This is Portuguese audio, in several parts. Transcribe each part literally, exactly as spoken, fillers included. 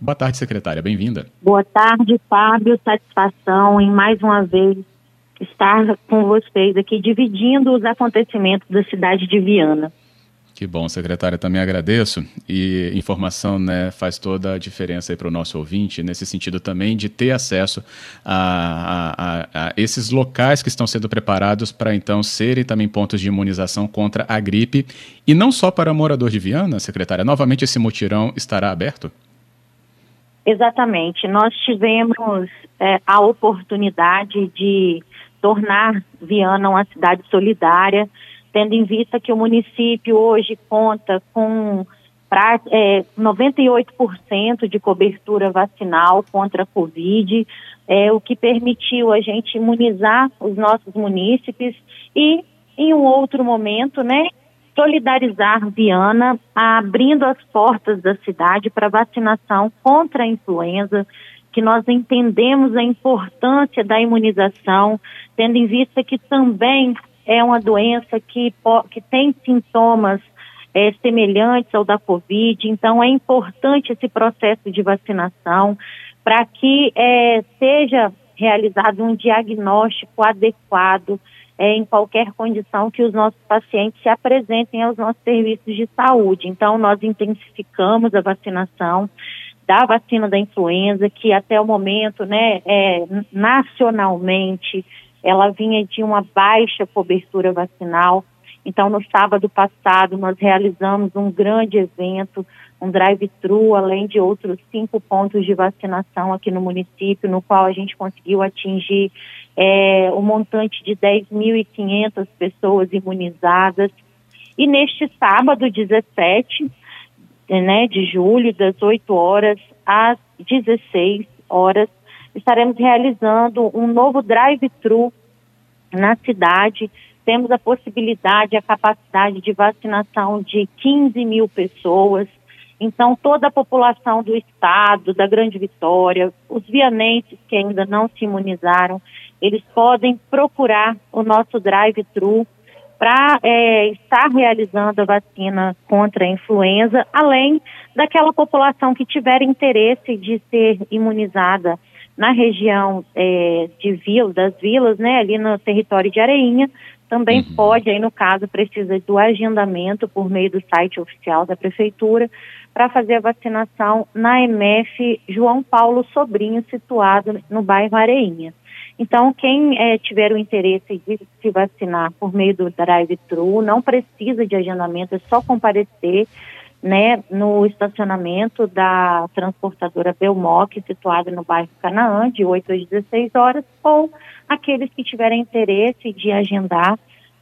Boa tarde, secretária. Bem-vinda. Boa tarde, Fábio. Satisfação em mais uma vez estar com vocês aqui, dividindo os acontecimentos da cidade de Viana. Que bom, secretária, também agradeço. E informação, né, faz toda a diferença aí para o nosso ouvinte, nesse sentido também de ter acesso a, a, a, a esses locais que estão sendo preparados para então serem também pontos de imunização contra a gripe. E não só para morador de Viana, secretária, novamente esse mutirão estará aberto? Exatamente. Nós tivemos é, a oportunidade de tornar Viana uma cidade solidária, tendo em vista que o município hoje conta com pra, é, noventa e oito por cento de cobertura vacinal contra a Covid, é, o que permitiu a gente imunizar os nossos munícipes e, em um outro momento, né, solidarizar Viana, abrindo as portas da cidade para vacinação contra a influenza, que nós entendemos a importância da imunização, tendo em vista que também é uma doença que, que tem sintomas é, semelhantes ao da Covid, então é importante esse processo de vacinação para que é, seja realizado um diagnóstico adequado é, em qualquer condição que os nossos pacientes se apresentem aos nossos serviços de saúde. Então, nós intensificamos a vacinação da vacina da influenza, que até o momento, né, é, nacionalmente, ela vinha de uma baixa cobertura vacinal. Então, no sábado passado, nós realizamos um grande evento, um drive-thru, além de outros cinco pontos de vacinação aqui no município, no qual a gente conseguiu atingir é, um montante de dez mil e quinhentas pessoas imunizadas. E neste sábado, dezessete, né, de julho, das oito horas às dezesseis horas, estaremos realizando um novo drive-thru na cidade. Temos a possibilidade, a capacidade de vacinação de quinze mil pessoas. Então, toda a população do estado, da Grande Vitória, os vianenses que ainda não se imunizaram, eles podem procurar o nosso drive-thru para é, estar realizando a vacina contra a influenza, além daquela população que tiver interesse de ser imunizada na região é, de vila, das vilas, né, ali no território de Areinha, também uhum. pode, aí no caso, precisa do agendamento por meio do site oficial da Prefeitura para fazer a vacinação na E M F João Paulo Sobrinho, situado no bairro Areinha. Então, quem é, tiver o interesse de se vacinar por meio do drive-thru, não precisa de agendamento, é só comparecer, né, no estacionamento da transportadora Belmoc, situada no bairro Canaã, de oito às dezesseis horas, ou aqueles que tiverem interesse de agendar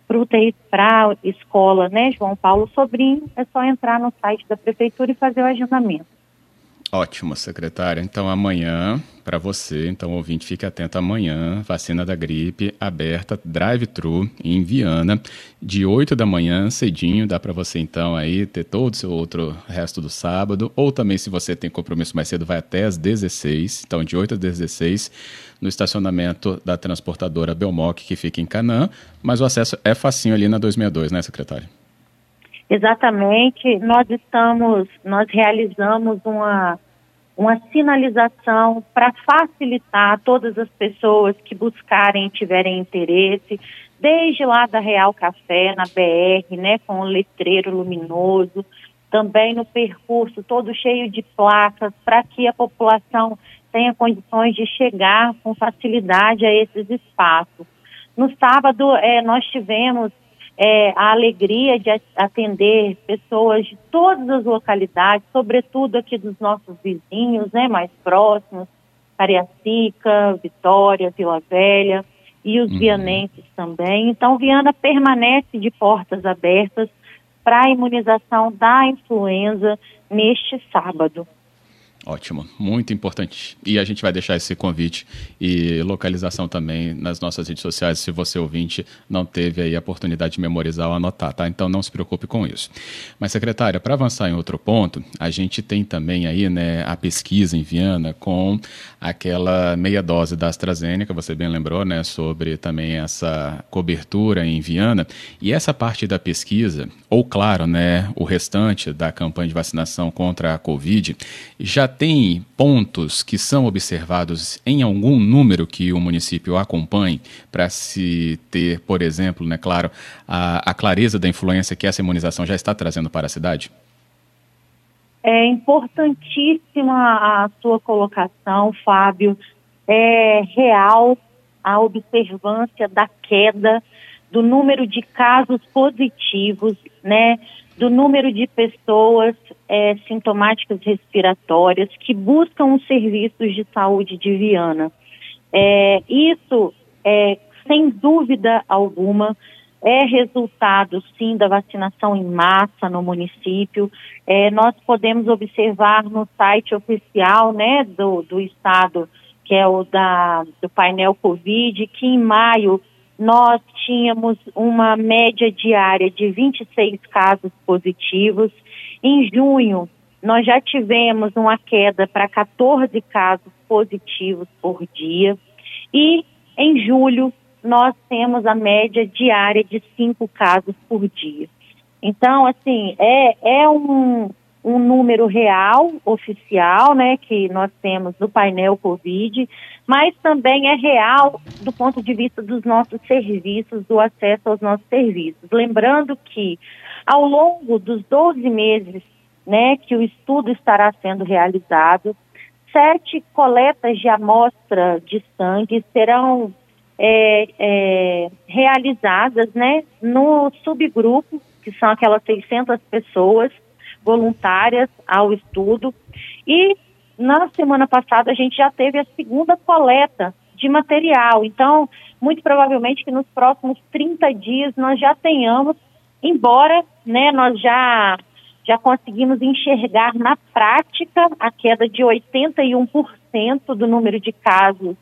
para a escola, né, João Paulo Sobrinho, é só entrar no site da Prefeitura e fazer o agendamento. Ótimo, secretária. Então, amanhã, para você, então, ouvinte, fique atento amanhã, vacina da gripe aberta, drive-thru em Viana, de oito da manhã, cedinho, dá para você, então, aí ter todo o seu outro resto do sábado, ou também, se você tem compromisso mais cedo, vai até às dezesseis, então, de oito às dezesseis, no estacionamento da transportadora Belmoc, que fica em Canaã, mas o acesso é facinho ali na duzentos e sessenta e dois, né, secretária? Exatamente, nós estamos, nós realizamos uma, uma sinalização para facilitar todas as pessoas que buscarem e tiverem interesse, desde lá da Real Café, na B R, né, com o letreiro luminoso, também no percurso todo cheio de placas, para que a população tenha condições de chegar com facilidade a esses espaços. No sábado, eh, nós tivemos É, a alegria de atender pessoas de todas as localidades, sobretudo aqui dos nossos vizinhos, né, mais próximos, Cariacica, Vitória, Vila Velha e os uhum. vianenses também. Então, Viana permanece de portas abertas para a imunização da influenza neste sábado. Ótimo, muito importante. E a gente vai deixar esse convite e localização também nas nossas redes sociais, se você ouvinte não teve aí a oportunidade de memorizar ou anotar, tá? Então não se preocupe com isso. Mas, secretária, para avançar em outro ponto, a gente tem também aí, né, a pesquisa em Viana com aquela meia dose da AstraZeneca, você bem lembrou, né, sobre também essa cobertura em Viana. E essa parte da pesquisa, ou claro, né, o restante da campanha de vacinação contra a Covid, já tem pontos que são observados em algum número que o município acompanhe para se ter, por exemplo, né, claro, a, a clareza da influência que essa imunização já está trazendo para a cidade? É importantíssima a sua colocação, Fábio. É real a observância da queda do número de casos positivos, né, do número de pessoas é, sintomáticas respiratórias que buscam os serviços de saúde de Viana. É, isso, é, sem dúvida alguma, é resultado, sim, da vacinação em massa no município. É, nós podemos observar no site oficial, né, do, do estado, que é o da, do painel Covid, que em maio nós tínhamos uma média diária de vinte e seis casos positivos. Em junho, nós já tivemos uma queda para quatorze casos positivos por dia. E em julho, nós temos a média diária de cinco casos por dia. Então, assim, é, é um, um número real, oficial, né, que nós temos no painel Covid, mas também é real do ponto de vista dos nossos serviços, do acesso aos nossos serviços. Lembrando que, ao longo dos doze meses, né, que o estudo estará sendo realizado, sete coletas de amostra de sangue serão é, é, realizadas, né, no subgrupo, que são aquelas seiscentas pessoas voluntárias ao estudo. E na semana passada a gente já teve a segunda coleta de material. Então, muito provavelmente que nos próximos trinta dias nós já tenhamos, embora, né, nós já, já conseguimos enxergar na prática a queda de oitenta e um por cento do número de casos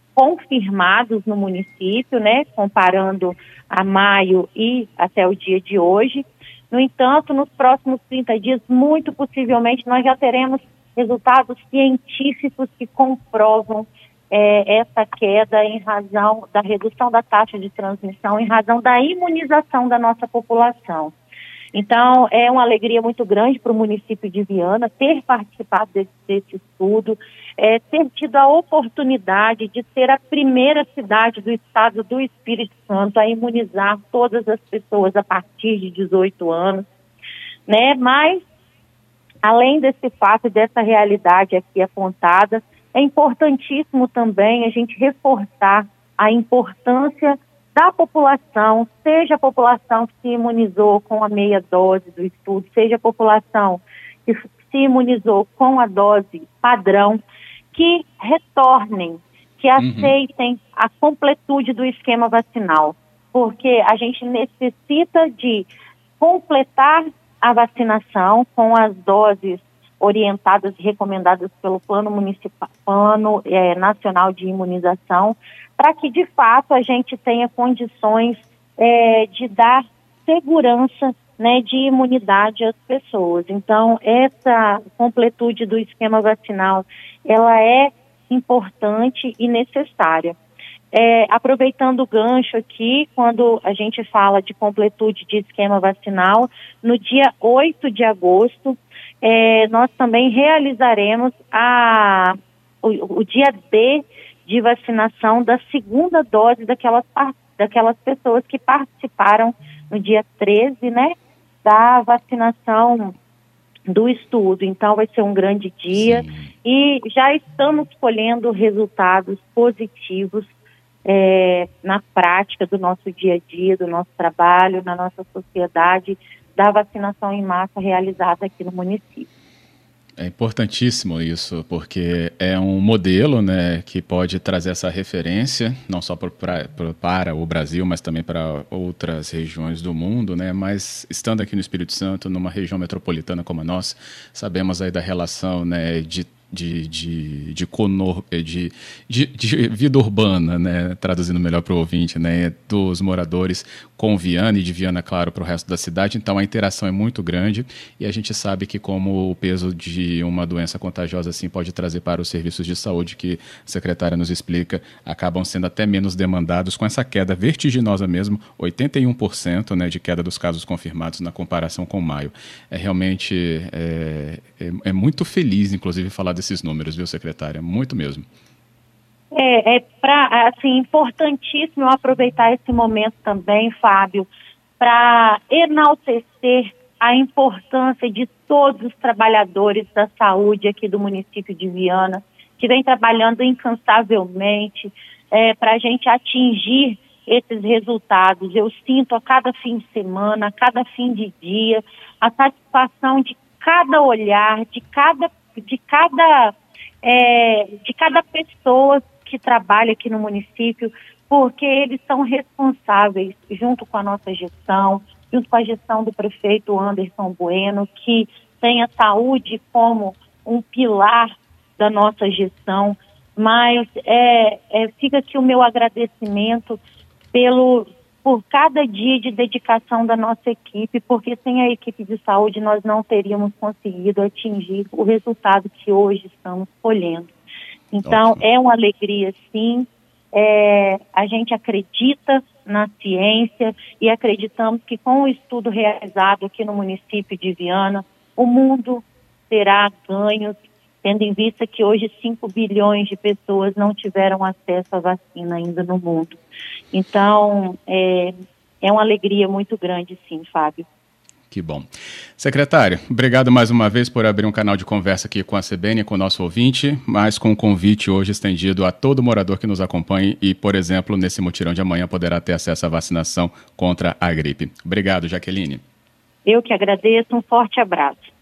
confirmados no município, né, comparando a maio e até o dia de hoje. No entanto, nos próximos trinta dias, muito possivelmente, nós já teremos resultados científicos que comprovam é, essa queda em razão da redução da taxa de transmissão, em razão da imunização da nossa população. Então, é uma alegria muito grande para o município de Viana ter participado desse, desse estudo, é, ter tido a oportunidade de ser a primeira cidade do estado do Espírito Santo a imunizar todas as pessoas a partir de dezoito anos, né? Mas, além desse fato, dessa realidade aqui apontada, é importantíssimo também a gente reforçar a importância da população, seja a população que se imunizou com a meia dose do estudo, seja a população que se imunizou com a dose padrão, que retornem, que uhum. aceitem a completude do esquema vacinal, porque a gente necessita de completar a vacinação com as doses orientadas e recomendadas pelo Plano Municipal, Plano é, Nacional de Imunização, para que, de fato, a gente tenha condições é, de dar segurança, né, de imunidade às pessoas. Então, essa completude do esquema vacinal, ela é importante e necessária. É, aproveitando o gancho aqui, quando a gente fala de completude de esquema vacinal, no dia oito de agosto, é, nós também realizaremos a, o, o dia D de vacinação da segunda dose daquelas, daquelas pessoas que participaram no dia treze, né, da vacinação do estudo. Então, vai ser um grande dia. Sim. E já estamos colhendo resultados positivos é, na prática do nosso dia a dia, do nosso trabalho, na nossa sociedade, da vacinação em massa realizada aqui no município. É importantíssimo isso, porque é um modelo, né, que pode trazer essa referência, não só pra, pra, para o Brasil, mas também para outras regiões do mundo, né, mas estando aqui no Espírito Santo, numa região metropolitana como a nossa, sabemos aí da relação, né, de De, de, de, conor, de, de, de vida urbana, né, traduzindo melhor para o ouvinte, né, dos moradores com Viana e de Viana, claro, para o resto da cidade. Então a interação é muito grande e a gente sabe que como o peso de uma doença contagiosa assim pode trazer para os serviços de saúde, que a secretária nos explica, acabam sendo até menos demandados com essa queda vertiginosa mesmo, oitenta e um por cento, né, de queda dos casos confirmados na comparação com maio. É realmente é, é, é muito feliz, inclusive, falar desse esses números, viu, secretária? Muito mesmo. É, é pra, assim, importantíssimo aproveitar esse momento também, Fábio, para enaltecer a importância de todos os trabalhadores da saúde aqui do município de Viana, que vem trabalhando incansavelmente é, para a gente atingir esses resultados. Eu sinto a cada fim de semana, a cada fim de dia, a satisfação de cada olhar, de cada, de cada, é, de cada pessoa que trabalha aqui no município, porque eles são responsáveis, junto com a nossa gestão, junto com a gestão do prefeito Anderson Bueno, que tem a saúde como um pilar da nossa gestão, mas é, é, fica aqui o meu agradecimento pelo, por cada dia de dedicação da nossa equipe, porque sem a equipe de saúde nós não teríamos conseguido atingir o resultado que hoje estamos colhendo. Então, ótimo. É uma alegria, sim. É, a gente acredita na ciência e acreditamos que com o estudo realizado aqui no município de Viana, o mundo terá ganhos, tendo em vista que hoje cinco bilhões de pessoas não tiveram acesso à vacina ainda no mundo. Então, é, é uma alegria muito grande, sim, Fábio. Que bom. Secretário, obrigado mais uma vez por abrir um canal de conversa aqui com a C B N e com o nosso ouvinte, mas com um convite hoje estendido a todo morador que nos acompanhe e, por exemplo, nesse mutirão de amanhã poderá ter acesso à vacinação contra a gripe. Obrigado, Jaqueline. Eu que agradeço, um forte abraço.